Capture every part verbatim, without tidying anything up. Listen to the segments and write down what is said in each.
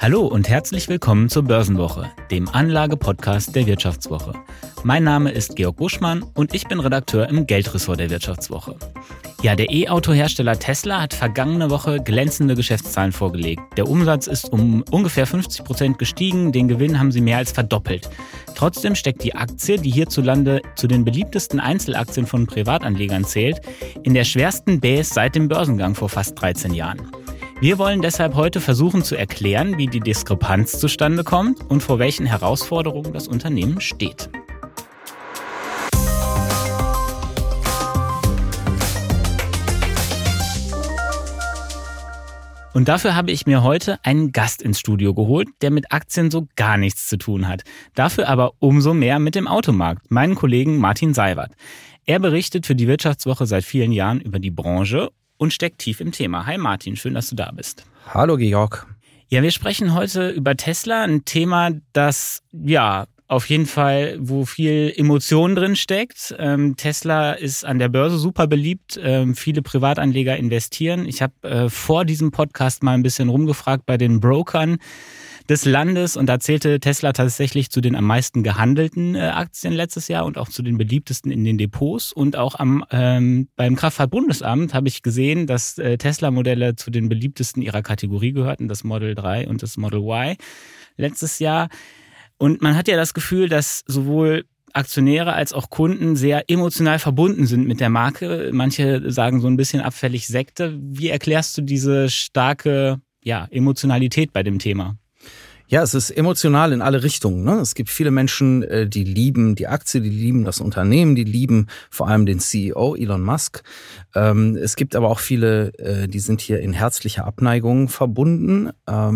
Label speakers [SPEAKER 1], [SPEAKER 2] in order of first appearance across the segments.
[SPEAKER 1] Hallo und herzlich willkommen zur Börsenwoche, dem Anlage-Podcast der Wirtschaftswoche. Mein Name ist Georg Buschmann und ich bin Redakteur im Geldressort der Wirtschaftswoche. Ja, der E-Auto-Hersteller Tesla hat vergangene Woche glänzende Geschäftszahlen vorgelegt. Der Umsatz ist um ungefähr fünfzig Prozent gestiegen, den Gewinn haben sie mehr als verdoppelt. Trotzdem steckt die Aktie, die hierzulande zu den beliebtesten Einzelaktien von Privatanlegern zählt, in der schwersten Bäs seit dem Börsengang vor fast dreizehn Jahren. Wir wollen deshalb heute versuchen zu erklären, wie die Diskrepanz zustande kommt und vor welchen Herausforderungen das Unternehmen steht. Und dafür habe ich mir heute einen Gast ins Studio geholt, der mit Aktien so gar nichts zu tun hat. Dafür aber umso mehr mit dem Automarkt, meinen Kollegen Martin Seiwert. Er berichtet für die Wirtschaftswoche seit vielen Jahren über die Branche und steckt tief im Thema. Hi Martin, schön, dass du da bist.
[SPEAKER 2] Hallo Georg.
[SPEAKER 1] Ja, wir sprechen heute über Tesla, ein Thema, das ja auf jeden Fall, wo viel Emotion drin steckt. Ähm, Tesla ist an der Börse super beliebt. Ähm, viele Privatanleger investieren. Ich habe äh, vor diesem Podcast mal ein bisschen rumgefragt bei den Brokern des Landes und da zählte Tesla tatsächlich zu den am meisten gehandelten äh, Aktien letztes Jahr und auch zu den beliebtesten in den Depots. Und auch am ähm, beim Kraftfahrtbundesamt habe ich gesehen, dass äh, Tesla-Modelle zu den beliebtesten ihrer Kategorie gehörten, das Model drei und das Model Y letztes Jahr. Und man hat ja das Gefühl, dass sowohl Aktionäre als auch Kunden sehr emotional verbunden sind mit der Marke. Manche sagen so ein bisschen abfällig Sekte. Wie erklärst du diese starke ja, Emotionalität bei dem Thema?
[SPEAKER 2] Ja, es ist emotional in alle Richtungen, ne? Es gibt viele Menschen, die lieben die Aktie, die lieben das Unternehmen, die lieben vor allem den C E O Elon Musk. Es gibt aber auch viele, die sind hier in herzlicher Abneigung verbunden.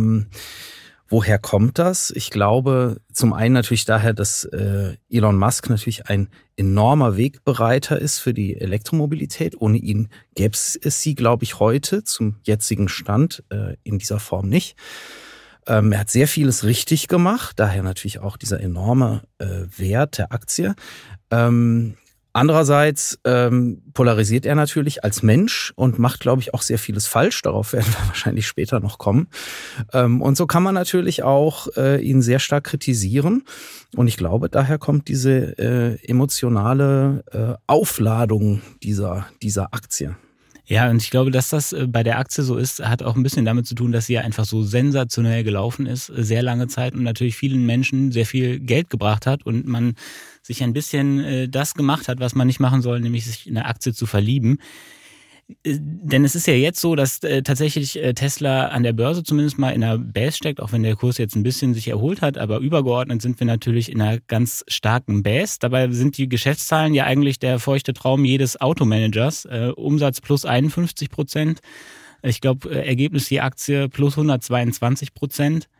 [SPEAKER 2] Woher kommt das? Ich glaube, zum einen natürlich daher, dass äh, Elon Musk natürlich ein enormer Wegbereiter ist für die Elektromobilität. Ohne ihn gäbe es sie, glaube ich, heute zum jetzigen Stand äh, in dieser Form nicht. Ähm, er hat sehr vieles richtig gemacht, daher natürlich auch dieser enorme äh, Wert der Aktie. Ähm, Andererseits ähm, polarisiert er natürlich als Mensch und macht, glaube ich, auch sehr vieles falsch. Darauf werden wir wahrscheinlich später noch kommen. Ähm, und so kann man natürlich auch äh, ihn sehr stark kritisieren. Und ich glaube, daher kommt diese äh, emotionale äh, Aufladung dieser, dieser Aktie.
[SPEAKER 1] Ja, und ich glaube, dass das bei der Aktie so ist, hat auch ein bisschen damit zu tun, dass sie ja einfach so sensationell gelaufen ist, sehr lange Zeit und natürlich vielen Menschen sehr viel Geld gebracht hat und man sich ein bisschen äh, das gemacht hat, was man nicht machen soll, nämlich sich in eine Aktie zu verlieben. Äh, denn es ist ja jetzt so, dass äh, tatsächlich äh, Tesla an der Börse zumindest mal in einer Base steckt, auch wenn der Kurs jetzt ein bisschen sich erholt hat, aber übergeordnet sind wir natürlich in einer ganz starken Base. Dabei sind die Geschäftszahlen ja eigentlich der feuchte Traum jedes Automanagers. Äh, Umsatz plus einundfünfzig Prozent. Ich glaube, äh, Ergebnis je Aktie plus hundertzweiundzwanzig Prozent.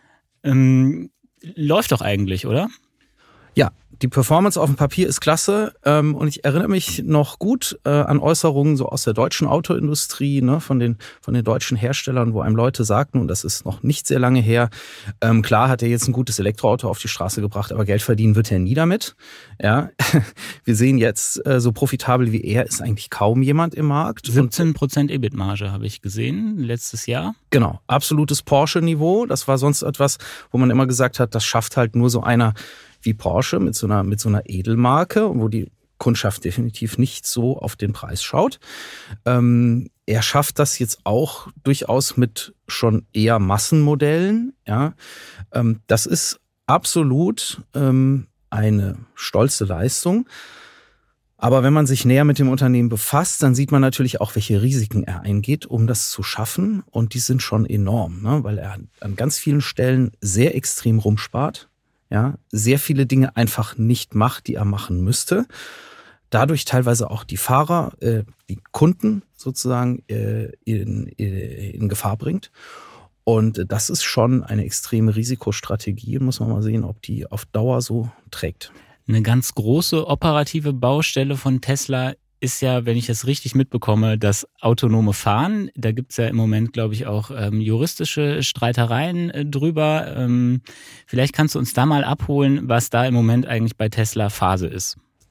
[SPEAKER 1] Ähm, läuft doch eigentlich, oder?
[SPEAKER 2] Ja, die Performance auf dem Papier ist klasse ähm, und ich erinnere mich noch gut äh, an Äußerungen so aus der deutschen Autoindustrie, ne, von den von den deutschen Herstellern, wo einem Leute sagten, und das ist noch nicht sehr lange her, ähm, klar hat er jetzt ein gutes Elektroauto auf die Straße gebracht, aber Geld verdienen wird er nie damit. Ja, wir sehen jetzt, äh, so profitabel wie er ist eigentlich kaum jemand im Markt.
[SPEAKER 1] siebzehn Prozent E B I T-Marge habe ich gesehen letztes Jahr.
[SPEAKER 2] Genau, absolutes Porsche-Niveau. Das war sonst etwas, wo man immer gesagt hat, das schafft halt nur so einer wie Porsche mit so einer mit so einer Edelmarke, wo die Kundschaft definitiv nicht so auf den Preis schaut. Ähm, er schafft das jetzt auch durchaus mit schon eher Massenmodellen. Ja, ähm, das ist absolut ähm, eine stolze Leistung. Aber wenn man sich näher mit dem Unternehmen befasst, dann sieht man natürlich auch, welche Risiken er eingeht, um das zu schaffen. Und die sind schon enorm, ne? Weil er an ganz vielen Stellen sehr extrem rumspart. Ja, sehr viele Dinge einfach nicht macht, die er machen müsste. Dadurch teilweise auch die Fahrer, äh, die Kunden sozusagen äh, in, in Gefahr bringt. Und das ist schon eine extreme Risikostrategie. Muss man mal sehen, ob die auf Dauer so trägt.
[SPEAKER 1] Eine ganz große operative Baustelle von Tesla ist ja, wenn ich es richtig mitbekomme, das autonome Fahren. Da gibt es ja im Moment, glaube ich, auch ähm, juristische Streitereien äh, drüber. Ähm, vielleicht kannst du uns da mal abholen, was da im Moment eigentlich bei Tesla Phase ist.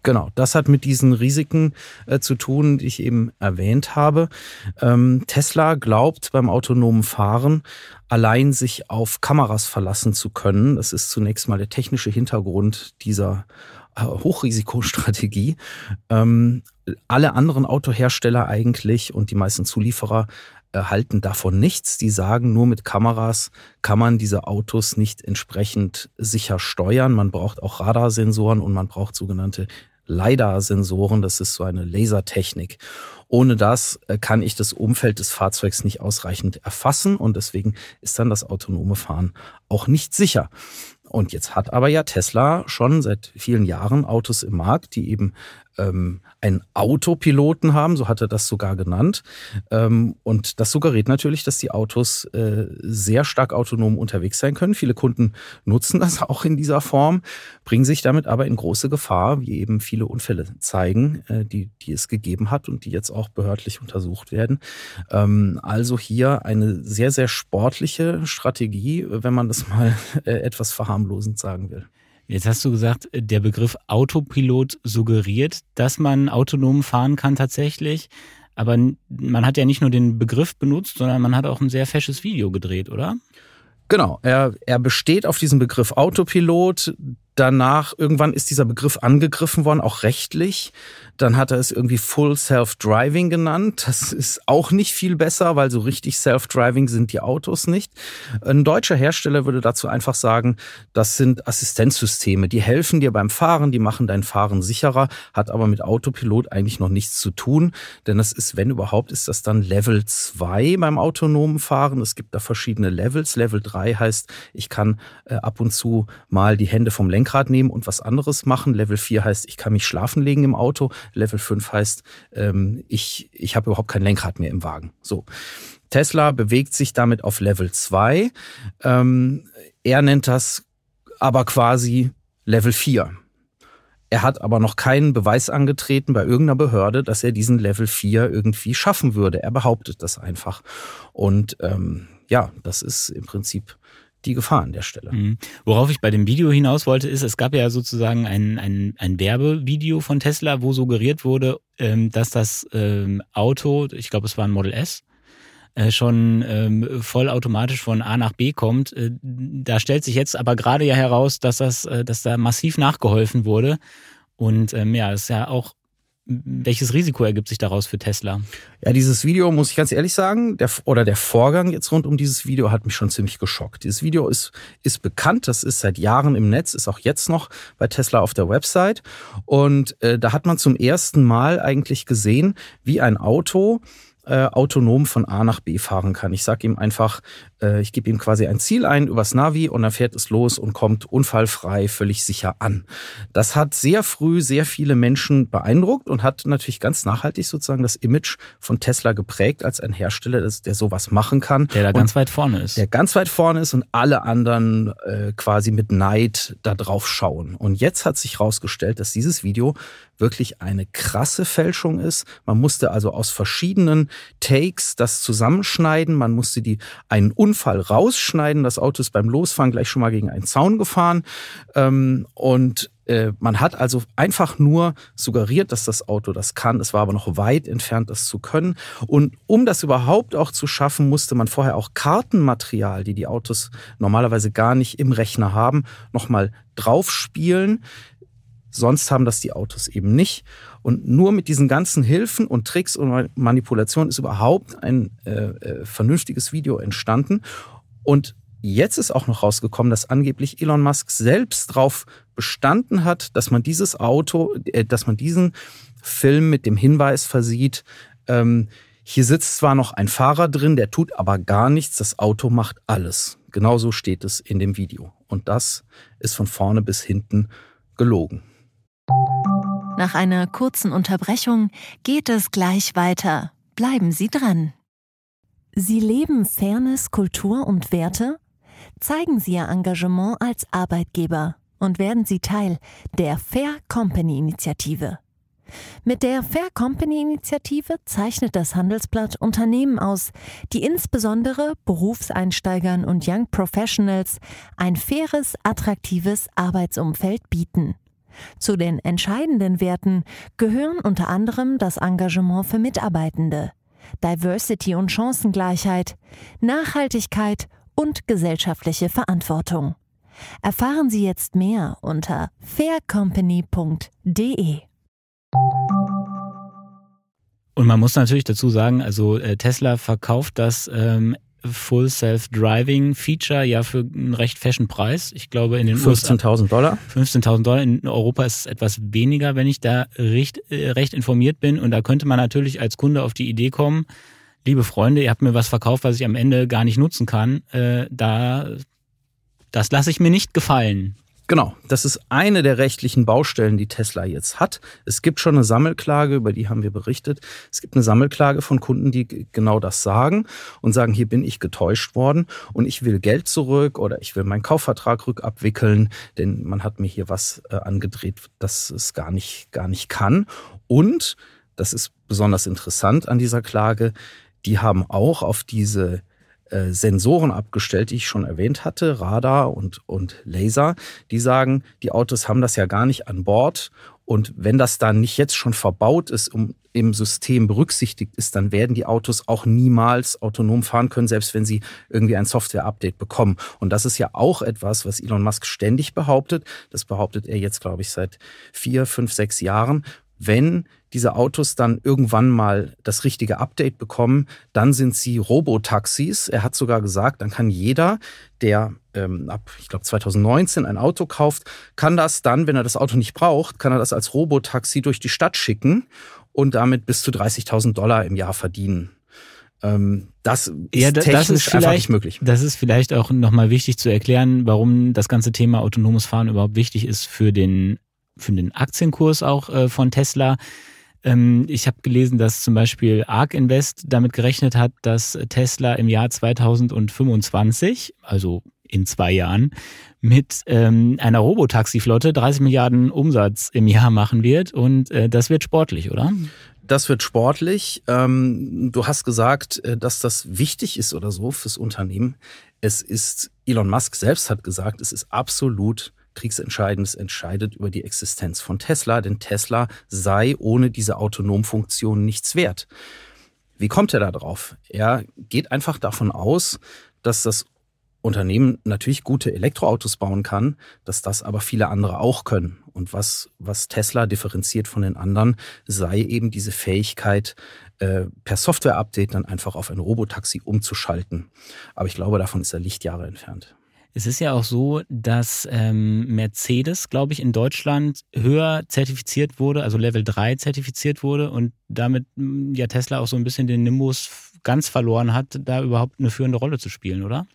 [SPEAKER 2] Genau, das hat mit diesen Risiken äh, zu tun, die ich eben erwähnt habe. Ähm, Tesla glaubt beim autonomen Fahren allein sich auf Kameras verlassen zu können. Das ist zunächst mal der technische Hintergrund dieser äh, Hochrisikostrategie. Ähm, alle anderen Autohersteller eigentlich und die meisten Zulieferer halten davon nichts. Die sagen, nur mit Kameras kann man diese Autos nicht entsprechend sicher steuern. Man braucht auch Radarsensoren und man braucht sogenannte LiDAR-Sensoren. Das ist so eine Lasertechnik. Ohne das kann ich das Umfeld des Fahrzeugs nicht ausreichend erfassen und deswegen ist dann das autonome Fahren auch nicht sicher. Und jetzt hat aber ja Tesla schon seit vielen Jahren Autos im Markt, die eben ähm, einen Autopiloten haben, so hat er das sogar genannt. Ähm, und das suggeriert natürlich, dass die Autos äh, sehr stark autonom unterwegs sein können. Viele Kunden nutzen das auch in dieser Form, bringen sich damit aber in große Gefahr, wie eben viele Unfälle zeigen, äh, die, die es gegeben hat und die jetzt auch behördlich untersucht werden. Ähm, also hier eine sehr, sehr sportliche Strategie, wenn man das mal äh, etwas verharmlosend sagen will.
[SPEAKER 1] Jetzt hast du gesagt, der Begriff Autopilot suggeriert, dass man autonom fahren kann tatsächlich. Aber man hat ja nicht nur den Begriff benutzt, sondern man hat auch ein sehr fesches Video gedreht, oder?
[SPEAKER 2] Genau, er, er besteht auf diesem Begriff Autopilot. Danach, irgendwann ist dieser Begriff angegriffen worden, auch rechtlich. Dann hat er es irgendwie Full Self-Driving genannt. Das ist auch nicht viel besser, weil so richtig Self-Driving sind die Autos nicht. Ein deutscher Hersteller würde dazu einfach sagen, das sind Assistenzsysteme. Die helfen dir beim Fahren, die machen dein Fahren sicherer, hat aber mit Autopilot eigentlich noch nichts zu tun. Denn das ist, wenn überhaupt, ist das dann Level zwei beim autonomen Fahren. Es gibt da verschiedene Levels. Level drei heißt, ich kann äh, ab und zu mal die Hände vom Lenkrad nehmen und was anderes machen. Level vier heißt, ich kann mich schlafen legen im Auto. Level fünf heißt, ähm, ich, ich habe überhaupt kein Lenkrad mehr im Wagen. So. Tesla bewegt sich damit auf Level zwei. Ähm, er nennt das aber quasi Level vier. Er hat aber noch keinen Beweis angetreten bei irgendeiner Behörde, dass er diesen Level vier irgendwie schaffen würde. Er behauptet das einfach. Und ähm, ja, das ist im Prinzip die Gefahr an der Stelle.
[SPEAKER 1] Mhm. Worauf ich bei dem Video hinaus wollte, ist, es gab ja sozusagen ein, ein, ein Werbevideo von Tesla, wo suggeriert wurde, ähm, dass das ähm, Auto, ich glaube es war ein Model S, äh, schon ähm, vollautomatisch von A nach B kommt. Äh, da stellt sich jetzt aber gerade ja heraus, dass das, äh, dass da massiv nachgeholfen wurde. Und ähm, ja, ist ja auch, welches Risiko ergibt sich daraus für Tesla?
[SPEAKER 2] Ja, dieses Video, muss ich ganz ehrlich sagen, der, oder der Vorgang jetzt rund um dieses Video hat mich schon ziemlich geschockt. Dieses Video ist, ist bekannt, das ist seit Jahren im Netz, ist auch jetzt noch bei Tesla auf der Website. Und äh, da hat man zum ersten Mal eigentlich gesehen, wie ein Auto äh, autonom von A nach B fahren kann. Ich sage ihm einfach, äh, ich gebe ihm quasi ein Ziel ein übers Navi und dann fährt es los und kommt unfallfrei, völlig sicher an. Das hat sehr früh sehr viele Menschen beeindruckt und hat natürlich ganz nachhaltig sozusagen das Image von Tesla geprägt als ein Hersteller, der sowas machen kann.
[SPEAKER 1] Der da
[SPEAKER 2] und
[SPEAKER 1] ganz weit vorne ist.
[SPEAKER 2] Der ganz weit vorne ist und alle anderen äh, quasi mit Neid da drauf schauen. Und jetzt hat sich herausgestellt, dass dieses Video wirklich eine krasse Fälschung ist. Man musste also aus verschiedenen Takes das zusammenschneiden. Man musste die einen Unfall rausschneiden. Das Auto ist beim Losfahren gleich schon mal gegen einen Zaun gefahren. Ähm, und äh, man hat also einfach nur suggeriert, dass das Auto das kann. Es war aber noch weit entfernt, das zu können. Und um das überhaupt auch zu schaffen, musste man vorher auch Kartenmaterial, die die Autos normalerweise gar nicht im Rechner haben, nochmal draufspielen. Sonst haben das die Autos eben nicht. Und nur mit diesen ganzen Hilfen und Tricks und Manipulationen ist überhaupt ein äh, äh, vernünftiges Video entstanden. Und jetzt ist auch noch rausgekommen, dass angeblich Elon Musk selbst drauf bestanden hat, dass man dieses Auto, äh, dass man diesen Film mit dem Hinweis versieht, ähm, hier sitzt zwar noch ein Fahrer drin, der tut aber gar nichts, das Auto macht alles. Genauso steht es in dem Video. Und das ist von vorne bis hinten gelogen.
[SPEAKER 3] Nach einer kurzen Unterbrechung geht es gleich weiter. Bleiben Sie dran. Sie leben Fairness, Kultur und Werte? Zeigen Sie Ihr Engagement als Arbeitgeber und werden Sie Teil der Fair Company Initiative. Mit der Fair Company Initiative zeichnet das Handelsblatt Unternehmen aus, die insbesondere Berufseinsteigern und Young Professionals ein faires, attraktives Arbeitsumfeld bieten. Zu den entscheidenden Werten gehören unter anderem das Engagement für Mitarbeitende, Diversity und Chancengleichheit, Nachhaltigkeit und gesellschaftliche Verantwortung. Erfahren Sie jetzt mehr unter fair company punkt de.
[SPEAKER 1] Und man muss natürlich dazu sagen, also äh, Tesla verkauft das ähm, Full Self-Driving Feature ja für einen recht fashion Preis. Ich glaube in den
[SPEAKER 2] fünfzehntausend Dollar.
[SPEAKER 1] fünfzehntausend Dollar. In Europa ist es etwas weniger, wenn ich da recht, äh, recht informiert bin. Und da könnte man natürlich als Kunde auf die Idee kommen, liebe Freunde, ihr habt mir was verkauft, was ich am Ende gar nicht nutzen kann. Äh, da, das lasse ich mir nicht gefallen.
[SPEAKER 2] Genau, das ist eine der rechtlichen Baustellen, die Tesla jetzt hat. Es gibt schon eine Sammelklage, über die haben wir berichtet. Es gibt eine Sammelklage von Kunden, die genau das sagen und sagen, hier bin ich getäuscht worden und ich will Geld zurück oder ich will meinen Kaufvertrag rückabwickeln, denn man hat mir hier was äh, angedreht, das es gar nicht, gar nicht kann. Und, das ist besonders interessant an dieser Klage, die haben auch auf diese Sensoren abgestellt, die ich schon erwähnt hatte, Radar und, und Laser, die sagen, die Autos haben das ja gar nicht an Bord und wenn das dann nicht jetzt schon verbaut ist, um im System berücksichtigt ist, dann werden die Autos auch niemals autonom fahren können, selbst wenn sie irgendwie ein Software-Update bekommen. Und das ist ja auch etwas, was Elon Musk ständig behauptet. Das behauptet er jetzt, glaube ich, seit vier, fünf, sechs Jahren. Wenn diese Autos dann irgendwann mal das richtige Update bekommen, dann sind sie Robotaxis. Er hat sogar gesagt, dann kann jeder, der ähm, ab, ich glaube, zwanzig neunzehn ein Auto kauft, kann das dann, wenn er das Auto nicht braucht, kann er das als Robotaxi durch die Stadt schicken und damit bis zu dreißigtausend Dollar im Jahr verdienen. Ähm, das ist
[SPEAKER 1] ja, das
[SPEAKER 2] technisch
[SPEAKER 1] ist
[SPEAKER 2] einfach nicht möglich.
[SPEAKER 1] Das ist vielleicht auch nochmal wichtig zu erklären, warum das ganze Thema autonomes Fahren überhaupt wichtig ist für den für den Aktienkurs auch äh, von Tesla. Ähm, ich habe gelesen, dass zum Beispiel ARK Invest damit gerechnet hat, dass Tesla im Jahr zweitausendfünfundzwanzig, also in zwei Jahren, mit ähm, einer Robotaxiflotte dreißig Milliarden Umsatz im Jahr machen wird. Und äh, das wird sportlich, oder?
[SPEAKER 2] Das wird sportlich. Ähm, du hast gesagt, dass das wichtig ist oder so fürs Unternehmen. Es ist, Elon Musk selbst hat gesagt, es ist absolut kriegsentscheidendes, entscheidet über die Existenz von Tesla, denn Tesla sei ohne diese autonomen Funktionen nichts wert. Wie kommt er da drauf? Er geht einfach davon aus, dass das Unternehmen natürlich gute Elektroautos bauen kann, dass das aber viele andere auch können. Und was, was Tesla differenziert von den anderen, sei eben diese Fähigkeit, äh, per Software-Update dann einfach auf ein Robotaxi umzuschalten. Aber ich glaube, davon ist er Lichtjahre entfernt.
[SPEAKER 1] Es ist ja auch so, dass ähm, Mercedes, glaube ich, in Deutschland höher zertifiziert wurde, also Level drei zertifiziert wurde und damit ja Tesla auch so ein bisschen den Nimbus ganz verloren hat, da überhaupt eine führende Rolle zu spielen, oder?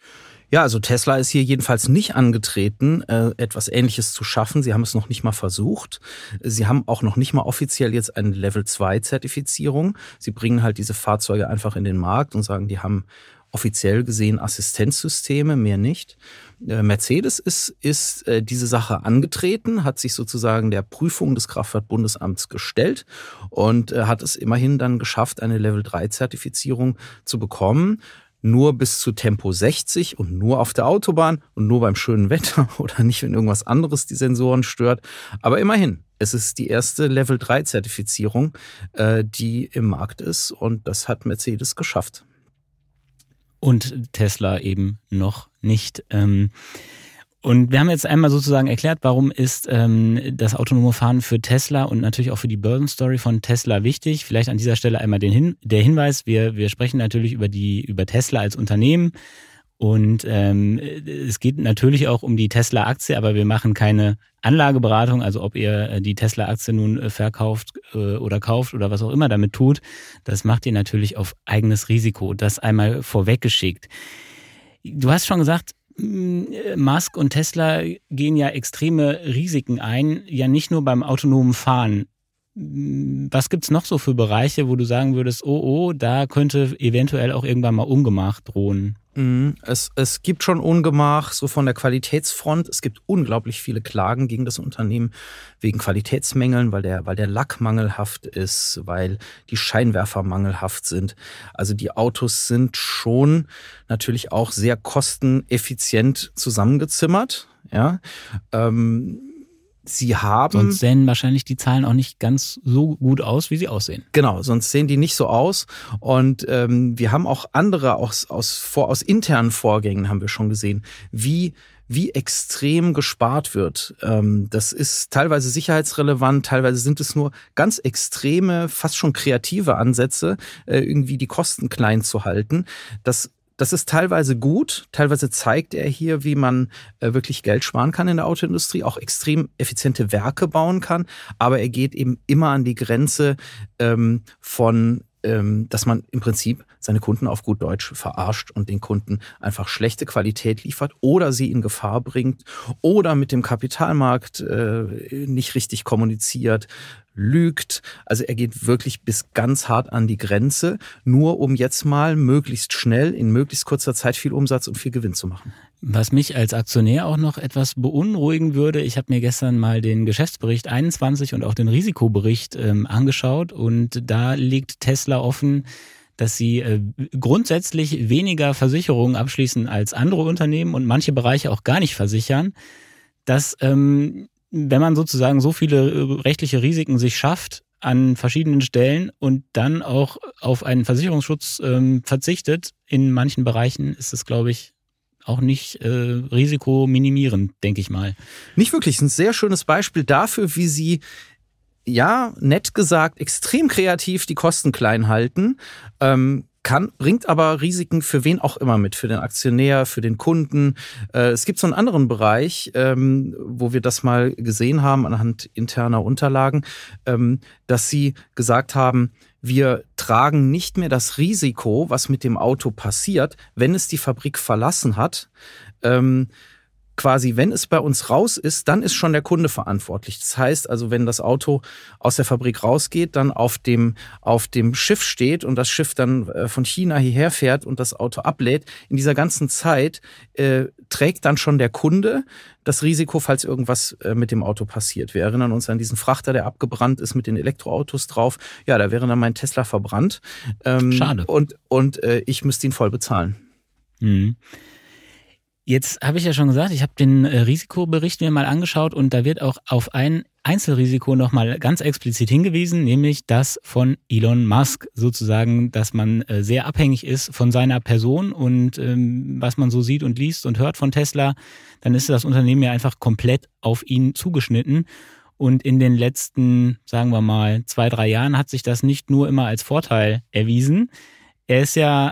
[SPEAKER 2] Ja, also Tesla ist hier jedenfalls nicht angetreten, äh, etwas Ähnliches zu schaffen. Sie haben es noch nicht mal versucht. Sie haben auch noch nicht mal offiziell jetzt eine Level zwei Zertifizierung. Sie bringen halt diese Fahrzeuge einfach in den Markt und sagen, die haben offiziell gesehen Assistenzsysteme, mehr nicht. Mercedes ist, ist äh, diese Sache angetreten, hat sich sozusagen der Prüfung des Kraftfahrtbundesamts gestellt und äh, hat es immerhin dann geschafft, eine Level drei Zertifizierung zu bekommen. Nur bis zu Tempo sechzig und nur auf der Autobahn und nur beim schönen Wetter oder nicht, wenn irgendwas anderes die Sensoren stört. Aber immerhin, es ist die erste Level drei Zertifizierung, äh, die im Markt ist und das hat Mercedes geschafft.
[SPEAKER 1] Und Tesla eben noch nicht. Und wir haben jetzt einmal sozusagen erklärt, warum ist das autonome Fahren für Tesla und natürlich auch für die Börsenstory von Tesla wichtig. Vielleicht an dieser Stelle einmal den Hin- der Hinweis, wir, wir sprechen natürlich über die über Tesla als Unternehmen und ähm, es geht natürlich auch um die Tesla-Aktie, aber wir machen keine Anlageberatung, also ob ihr die Tesla-Aktie nun verkauft äh, oder kauft oder was auch immer damit tut, das macht ihr natürlich auf eigenes Risiko. Das einmal vorweggeschickt. Du hast schon gesagt, Musk und Tesla gehen ja extreme Risiken ein, ja nicht nur beim autonomen Fahren. Was gibt's noch so für Bereiche, wo du sagen würdest, oh, oh, da könnte eventuell auch irgendwann mal Ungemach drohen?
[SPEAKER 2] Es, es gibt schon Ungemach, so von der Qualitätsfront. Es gibt unglaublich viele Klagen gegen das Unternehmen wegen Qualitätsmängeln, weil der, weil der Lack mangelhaft ist, weil die Scheinwerfer mangelhaft sind. Also die Autos sind schon natürlich auch sehr kosteneffizient zusammengezimmert. Ja, ähm, Sie haben...
[SPEAKER 1] Sonst sehen wahrscheinlich die Zahlen auch nicht ganz so gut aus, wie sie aussehen.
[SPEAKER 2] Genau, sonst sehen die nicht so aus. Und ähm, wir haben auch andere aus, aus, vor, aus internen Vorgängen haben wir schon gesehen, wie wie extrem gespart wird. Ähm, das ist teilweise sicherheitsrelevant, teilweise sind es nur ganz extreme, fast schon kreative Ansätze, äh, irgendwie die Kosten klein zu halten. Das Das ist teilweise gut, teilweise zeigt er hier, wie man äh, wirklich Geld sparen kann in der Autoindustrie, auch extrem effiziente Werke bauen kann, aber er geht eben immer an die Grenze ähm, von, ähm, dass man im Prinzip seine Kunden auf gut Deutsch verarscht und den Kunden einfach schlechte Qualität liefert oder sie in Gefahr bringt oder mit dem Kapitalmarkt äh, nicht richtig kommuniziert, lügt. Also er geht wirklich bis ganz hart an die Grenze, nur um jetzt mal möglichst schnell in möglichst kurzer Zeit viel Umsatz und viel Gewinn zu machen.
[SPEAKER 1] Was mich als Aktionär auch noch etwas beunruhigen würde, ich habe mir gestern mal den Geschäftsbericht einundzwanzig und auch den Risikobericht ähm, angeschaut und da legt Tesla offen, dass sie äh, grundsätzlich weniger Versicherungen abschließen als andere Unternehmen und manche Bereiche auch gar nicht versichern, dass ähm, wenn man sozusagen so viele rechtliche Risiken sich schafft an verschiedenen Stellen und dann auch auf einen Versicherungsschutz ähm, verzichtet, in manchen Bereichen ist es, glaube ich, auch nicht äh, risikominimierend, denke ich mal.
[SPEAKER 2] Nicht wirklich. Ein sehr schönes Beispiel dafür, wie sie, ja, nett gesagt, extrem kreativ die Kosten klein halten. Ähm, Kann, bringt aber Risiken für wen auch immer mit, für den Aktionär, für den Kunden. Äh, es gibt so einen anderen Bereich, ähm, wo wir das mal gesehen haben anhand interner Unterlagen, ähm, dass sie gesagt haben, wir tragen nicht mehr das Risiko, was mit dem Auto passiert, wenn es die Fabrik verlassen hat. Ähm, Quasi, wenn es bei uns raus ist, dann ist schon der Kunde verantwortlich. Das heißt also, wenn das Auto aus der Fabrik rausgeht, dann auf dem, auf dem Schiff steht und das Schiff dann von China hierher fährt und das Auto ablädt, in dieser ganzen Zeit äh, trägt dann schon der Kunde das Risiko, falls irgendwas äh, mit dem Auto passiert. Wir erinnern uns an diesen Frachter, der abgebrannt ist mit den Elektroautos drauf. Ja, da wäre dann mein Tesla verbrannt. Ähm,
[SPEAKER 1] Schade.
[SPEAKER 2] Und, und äh, ich müsste ihn voll bezahlen.
[SPEAKER 1] Mhm. Jetzt habe ich ja schon gesagt, ich habe den Risikobericht mir mal angeschaut und da wird auch auf ein Einzelrisiko nochmal ganz explizit hingewiesen, nämlich das von Elon Musk sozusagen, dass man sehr abhängig ist von seiner Person und ähm, was man so sieht und liest und hört von Tesla, dann ist das Unternehmen ja einfach komplett auf ihn zugeschnitten. Und in den letzten, sagen wir mal, zwei, drei Jahren hat sich das nicht nur immer als Vorteil erwiesen. Er ist ja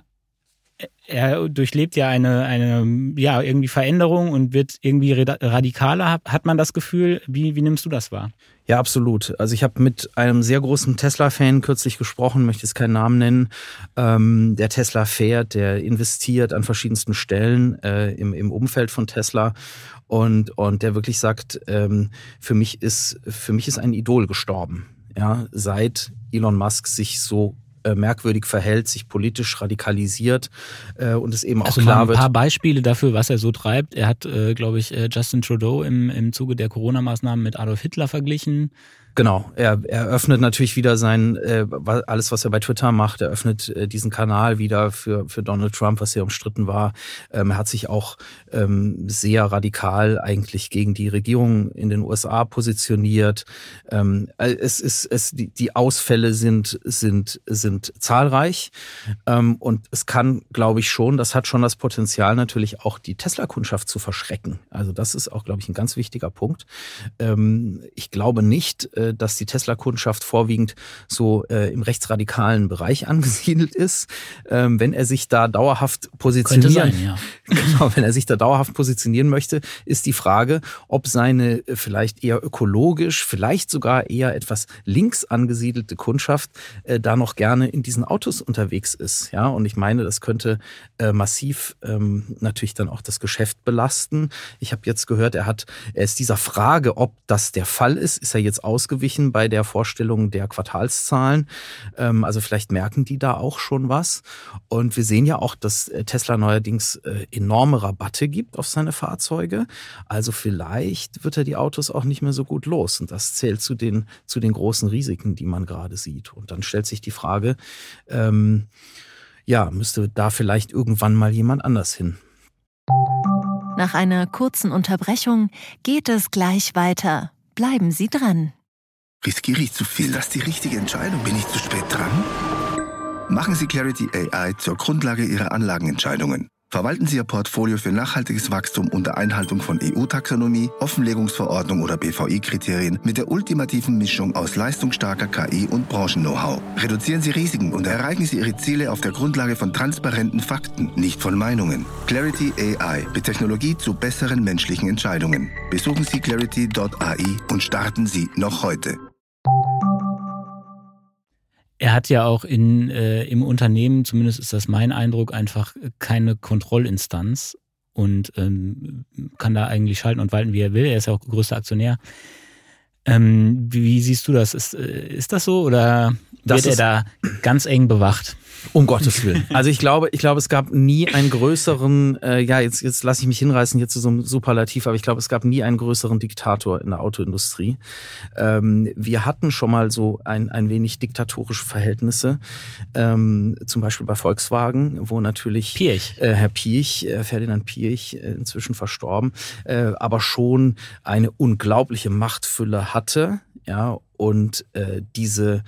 [SPEAKER 1] Er durchlebt ja eine, eine ja, irgendwie Veränderung und wird irgendwie radikaler. Hat man das Gefühl? Wie, wie nimmst du das wahr?
[SPEAKER 2] Ja, absolut. Also ich habe mit einem sehr großen Tesla-Fan kürzlich gesprochen, möchte jetzt keinen Namen nennen, ähm, der Tesla fährt, der investiert an verschiedensten Stellen äh, im, im Umfeld von Tesla und, und der wirklich sagt, ähm, für mich ist, für mich ist ein Idol gestorben, ja, seit Elon Musk sich so merkwürdig verhält, sich politisch radikalisiert äh, und es eben auch
[SPEAKER 1] also
[SPEAKER 2] klar
[SPEAKER 1] mal
[SPEAKER 2] wird.
[SPEAKER 1] Ein paar Beispiele dafür, was er so treibt. Er hat, äh, glaube ich, Justin Trudeau im, im Zuge der Corona-Maßnahmen mit Adolf Hitler verglichen.
[SPEAKER 2] Genau, er, er öffnet natürlich wieder sein, äh, alles, was er bei Twitter macht, er öffnet äh, diesen Kanal wieder für für Donald Trump, was sehr umstritten war. Ähm, er hat sich auch ähm, sehr radikal eigentlich gegen die Regierung in den U S A positioniert. Ähm, es ist, es, die, die Ausfälle sind, sind, sind zahlreich. Ähm, und es kann, glaube ich schon, das hat schon das Potenzial natürlich auch die Tesla-Kundschaft zu verschrecken. Also das ist auch, glaube ich, ein ganz wichtiger Punkt. Ähm, ich glaube nicht, äh, dass die Tesla-Kundschaft vorwiegend so äh, im rechtsradikalen Bereich angesiedelt ist. Ähm, wenn er sich da dauerhaft positionieren,
[SPEAKER 1] Könnte sein, ja.
[SPEAKER 2] Genau, wenn er sich da dauerhaft positionieren möchte, ist die Frage, ob seine äh, vielleicht eher ökologisch, vielleicht sogar eher etwas links angesiedelte Kundschaft äh, da noch gerne in diesen Autos unterwegs ist. Ja, und ich meine, das könnte äh, massiv ähm, natürlich dann auch das Geschäft belasten. Ich habe jetzt gehört, er hat, er ist dieser Frage, ob das der Fall ist, ist er jetzt ausgewichen bei der Vorstellung der Quartalszahlen. Ähm, also vielleicht merken die da auch schon was. Und wir sehen ja auch, dass Tesla neuerdings äh, enorme Rabatte gibt auf seine Fahrzeuge. Also vielleicht wird er die Autos auch nicht mehr so gut los. Und das zählt zu den, zu den großen Risiken, die man gerade sieht. Und dann stellt sich die Frage, ähm, ja, müsste da vielleicht irgendwann mal jemand anders hin?
[SPEAKER 3] Nach einer kurzen Unterbrechung geht es gleich weiter. Bleiben Sie dran.
[SPEAKER 4] Riskiere ich zu viel? Ist das die richtige Entscheidung? Bin ich zu spät dran? Machen Sie Clarity A I zur Grundlage Ihrer Anlagenentscheidungen. Verwalten Sie Ihr Portfolio für nachhaltiges Wachstum unter Einhaltung von E U-Taxonomie, Offenlegungsverordnung oder B V I-Kriterien mit der ultimativen Mischung aus leistungsstarker K I und Branchen-Know-how. Reduzieren Sie Risiken und erreichen Sie Ihre Ziele auf der Grundlage von transparenten Fakten, nicht von Meinungen. Clarity A I, mit Technologie zu besseren menschlichen Entscheidungen. Besuchen Sie clarity Punkt A I und starten Sie noch heute.
[SPEAKER 1] Er hat ja auch in, äh, im Unternehmen, zumindest ist das mein Eindruck, einfach keine Kontrollinstanz und ähm, kann da eigentlich schalten und walten, wie er will. Er ist ja auch größter Aktionär. Ähm, wie, wie siehst du das? Ist, äh, ist das so oder wird er da ganz eng bewacht?
[SPEAKER 2] Um Gottes Willen. Also ich glaube, ich glaube, es gab nie einen größeren, äh, ja, jetzt, jetzt lasse ich mich hinreißen hier zu so einem Superlativ, aber ich glaube, es gab nie einen größeren Diktator in der Autoindustrie. Ähm, wir hatten schon mal so ein, ein wenig diktatorische Verhältnisse, ähm, zum Beispiel bei Volkswagen, wo natürlich
[SPEAKER 1] Piech.
[SPEAKER 2] Äh, Herr Piech, äh, Ferdinand Piech, äh, inzwischen verstorben, äh, aber schon eine unglaubliche Machtfülle hatte, ja, und äh, diese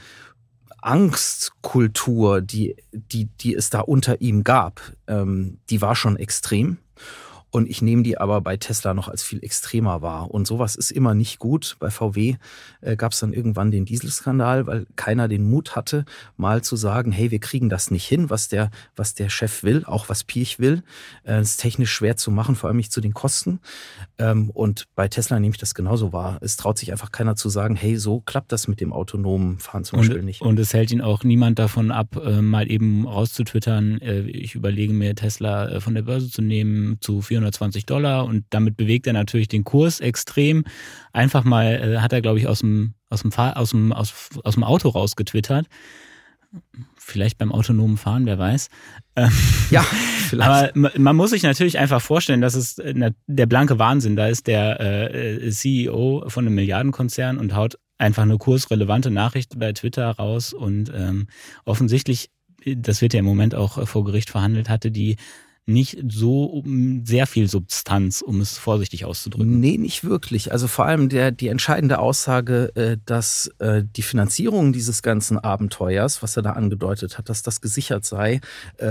[SPEAKER 2] Angstkultur, die, die, die es da unter ihm gab, ähm, die war schon extrem. Und ich nehme die aber bei Tesla noch als viel extremer wahr. Und sowas ist immer nicht gut. Bei V W äh, gab es dann irgendwann den Dieselskandal, weil keiner den Mut hatte, mal zu sagen, hey, wir kriegen das nicht hin, was der, was der Chef will, auch was Piech will. Äh, ist technisch schwer zu machen, vor allem nicht zu den Kosten. Ähm, und bei Tesla nehme ich das genauso wahr. Es traut sich einfach keiner zu sagen, hey, so klappt das mit dem autonomen Fahren zum Beispiel
[SPEAKER 1] und,
[SPEAKER 2] nicht.
[SPEAKER 1] Und es hält ihn auch niemand davon ab, äh, mal eben rauszutwittern, äh, ich überlege mir, Tesla äh, von der Börse zu nehmen zu vierhundertzwanzig Dollar und damit bewegt er natürlich den Kurs extrem. Einfach mal äh, hat er, glaube ich, aus dem, aus dem, Fahr- aus dem, aus, aus dem Auto rausgetwittert. Vielleicht beim autonomen Fahren, wer weiß.
[SPEAKER 2] Ja, vielleicht.
[SPEAKER 1] Aber man muss sich natürlich einfach vorstellen, dass es der blanke Wahnsinn, da ist der äh, C E O von einem Milliardenkonzern und haut einfach eine kursrelevante Nachricht bei Twitter raus und ähm, offensichtlich, das wird ja im Moment auch vor Gericht verhandelt, hatte die nicht so sehr viel Substanz, um es vorsichtig auszudrücken.
[SPEAKER 2] Nee, nicht wirklich. Also vor allem der, die entscheidende Aussage, dass die Finanzierung dieses ganzen Abenteuers, was er da angedeutet hat, dass das gesichert sei,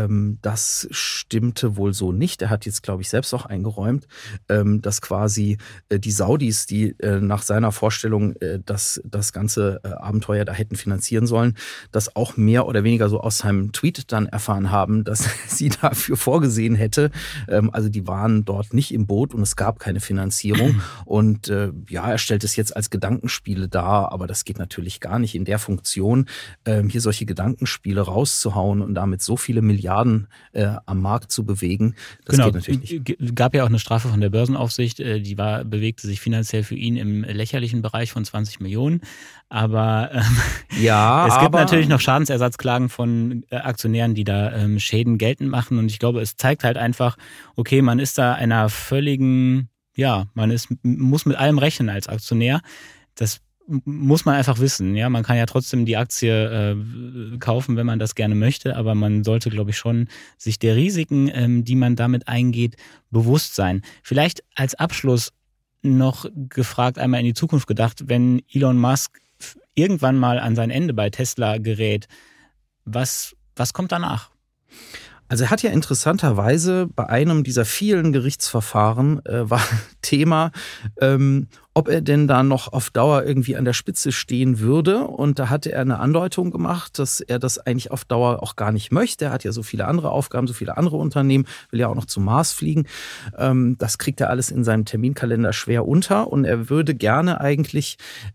[SPEAKER 2] das stimmte wohl so nicht. Er hat jetzt, glaube ich, selbst auch eingeräumt, dass quasi die Saudis, die nach seiner Vorstellung das, das ganze Abenteuer da hätten finanzieren sollen, das auch mehr oder weniger so aus seinem Tweet dann erfahren haben, dass sie dafür vorgesehen hätte. Also die waren dort nicht im Boot und es gab keine Finanzierung. Und äh, ja, er stellt es jetzt als Gedankenspiele dar, aber das geht natürlich gar nicht in der Funktion, äh, hier solche Gedankenspiele rauszuhauen und damit so viele Milliarden äh, am Markt zu bewegen. Das
[SPEAKER 1] genau.
[SPEAKER 2] geht natürlich nicht.
[SPEAKER 1] G- gab ja auch eine Strafe von der Börsenaufsicht, die war, bewegte sich finanziell für ihn im lächerlichen Bereich von zwanzig Millionen. Aber ähm,
[SPEAKER 2] ja,
[SPEAKER 1] es gibt
[SPEAKER 2] aber
[SPEAKER 1] natürlich noch Schadensersatzklagen von äh, Aktionären, die da ähm, Schäden geltend machen. Und ich glaube, es zeigt halt einfach, okay, man ist da einer völligen, ja, man ist, muss mit allem rechnen als Aktionär. Das muss man einfach wissen. Ja, man kann ja trotzdem die Aktie äh, kaufen, wenn man das gerne möchte, aber man sollte, glaube ich, schon sich der Risiken, ähm, die man damit eingeht, bewusst sein. Vielleicht als Abschluss noch gefragt, einmal in die Zukunft gedacht, wenn Elon Musk irgendwann mal an sein Ende bei Tesla gerät, was, was kommt danach?
[SPEAKER 2] Also er hat ja interessanterweise bei einem dieser vielen Gerichtsverfahren äh, war Thema, ähm, ob er denn da noch auf Dauer irgendwie an der Spitze stehen würde. Und da hatte er eine Andeutung gemacht, dass er das eigentlich auf Dauer auch gar nicht möchte. Er hat ja so viele andere Aufgaben, so viele andere Unternehmen, will ja auch noch zum Mars fliegen. Ähm, das kriegt er alles in seinem Terminkalender schwer unter. Und er würde gerne eigentlich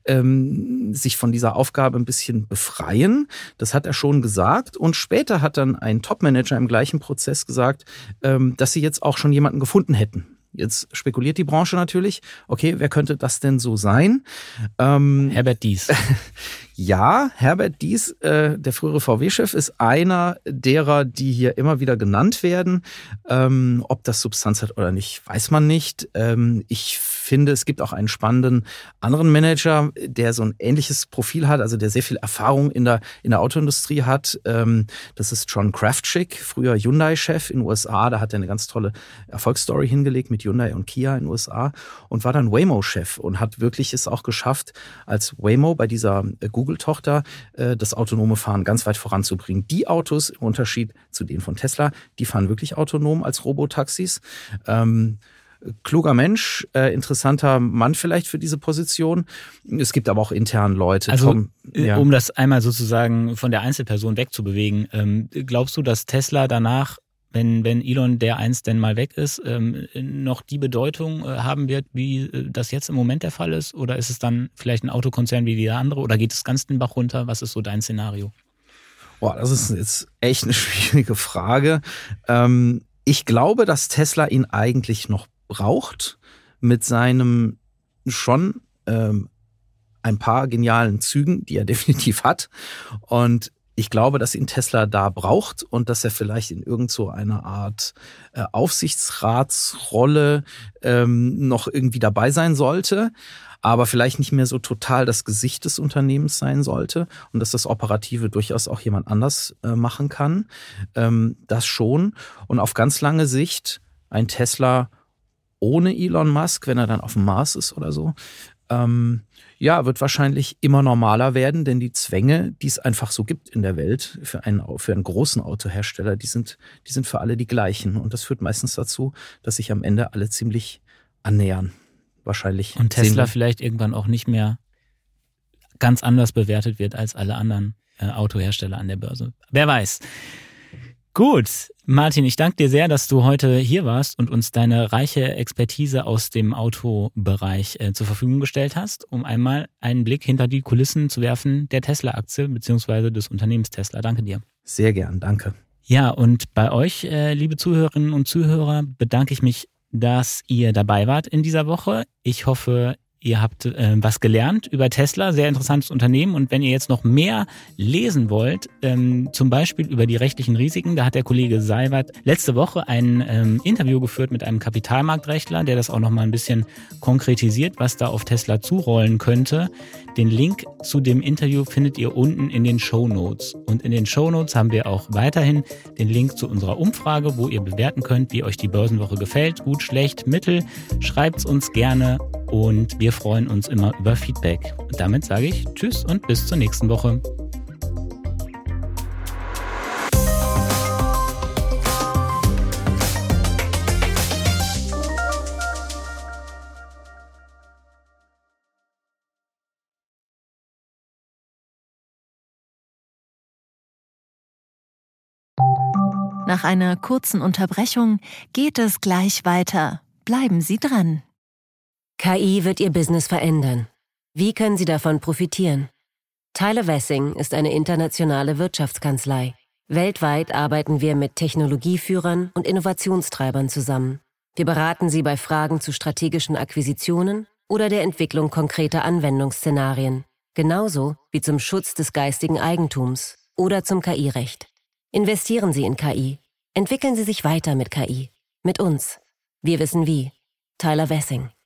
[SPEAKER 2] ähm, sich von dieser Aufgabe ein bisschen befreien. Das hat er schon gesagt. Und später hat dann ein Topmanager im gleichen Prozess gesagt, ähm, dass sie jetzt auch schon jemanden gefunden hätten. Jetzt spekuliert die Branche natürlich, okay, wer könnte das denn so sein?
[SPEAKER 1] Ähm, Herbert Diess.
[SPEAKER 2] Ja, Herbert Diess, äh, der frühere V W-Chef, ist einer derer, die hier immer wieder genannt werden. Ähm, ob das Substanz hat oder nicht, weiß man nicht. Ähm, ich finde, es gibt auch einen spannenden anderen Manager, der so ein ähnliches Profil hat, also der sehr viel Erfahrung in der, in der Autoindustrie hat. Ähm, das ist John Kraftschick, früher Hyundai-Chef in den U S A. Da hat er eine ganz tolle Erfolgsstory hingelegt mit Hyundai und Kia in den U S A und war dann Waymo-Chef und hat wirklich es auch geschafft, als Waymo bei dieser Google-Tochter das autonome Fahren ganz weit voranzubringen. Die Autos, im Unterschied zu denen von Tesla, die fahren wirklich autonom als Robotaxis. Ähm, kluger Mensch, äh, interessanter Mann vielleicht für diese Position. Es gibt aber auch intern Leute.
[SPEAKER 1] Also
[SPEAKER 2] Tom, ja.
[SPEAKER 1] um das einmal sozusagen von der Einzelperson wegzubewegen, ähm, glaubst du, dass Tesla danach, wenn wenn Elon der einst denn mal weg ist, ähm, noch die Bedeutung äh, haben wird, wie äh, das jetzt im Moment der Fall ist? Oder ist es dann vielleicht ein Autokonzern wie jeder andere? Oder geht es ganz den Bach runter? Was ist so dein Szenario?
[SPEAKER 2] Boah, das ist jetzt echt eine schwierige Frage. Ähm, ich glaube, dass Tesla ihn eigentlich noch braucht mit seinem schon ähm, ein paar genialen Zügen, die er definitiv hat. Und ich glaube, dass ihn Tesla da braucht und dass er vielleicht in irgend so einer Art äh, Aufsichtsratsrolle ähm, noch irgendwie dabei sein sollte, aber vielleicht nicht mehr so total das Gesicht des Unternehmens sein sollte und dass das Operative durchaus auch jemand anders äh, machen kann. Ähm, das schon. Und auf ganz lange Sicht ein Tesla ohne Elon Musk, wenn er dann auf dem Mars ist oder so, ähm, ja, wird wahrscheinlich immer normaler werden, denn die Zwänge, die es einfach so gibt in der Welt für einen, für einen großen Autohersteller, die sind, die sind für alle die gleichen. Und das führt meistens dazu, dass sich am Ende alle ziemlich annähern. Wahrscheinlich.
[SPEAKER 1] Und Tesla vielleicht irgendwann auch nicht mehr ganz anders bewertet wird als alle anderen äh, Autohersteller an der Börse. Wer weiß. Gut, Martin, ich danke dir sehr, dass du heute hier warst und uns deine reiche Expertise aus dem Autobereich äh, zur Verfügung gestellt hast, um einmal einen Blick hinter die Kulissen zu werfen der Tesla-Aktie bzw. des Unternehmens Tesla. Danke dir.
[SPEAKER 2] Sehr gern, danke.
[SPEAKER 1] Ja, und bei euch, äh, liebe Zuhörerinnen und Zuhörer, bedanke ich mich, dass ihr dabei wart in dieser Woche. Ich hoffe, ihr habt äh, was gelernt über Tesla, sehr interessantes Unternehmen. Und wenn ihr jetzt noch mehr lesen wollt, ähm, zum Beispiel über die rechtlichen Risiken, da hat der Kollege Seiwert letzte Woche ein ähm, Interview geführt mit einem Kapitalmarktrechtler, der das auch noch mal ein bisschen konkretisiert, was da auf Tesla zurollen könnte. Den Link zu dem Interview findet ihr unten in den Shownotes. Und in den Shownotes haben wir auch weiterhin den Link zu unserer Umfrage, wo ihr bewerten könnt, wie euch die Börsenwoche gefällt. Gut, schlecht, mittel. Schreibt's uns gerne und wir freuen uns immer über Feedback. Und damit sage ich Tschüss und bis zur nächsten Woche.
[SPEAKER 3] Nach einer kurzen Unterbrechung geht es gleich weiter. Bleiben Sie dran.
[SPEAKER 5] K I wird Ihr Business verändern. Wie können Sie davon profitieren? Tyler Wessing ist eine internationale Wirtschaftskanzlei. Weltweit arbeiten wir mit Technologieführern und Innovationstreibern zusammen. Wir beraten Sie bei Fragen zu strategischen Akquisitionen oder der Entwicklung konkreter Anwendungsszenarien, genauso wie zum Schutz des geistigen Eigentums oder zum K I-Recht. Investieren Sie in K I. Entwickeln Sie sich weiter mit K I. Mit uns. Wir wissen wie. Tyler Wessing.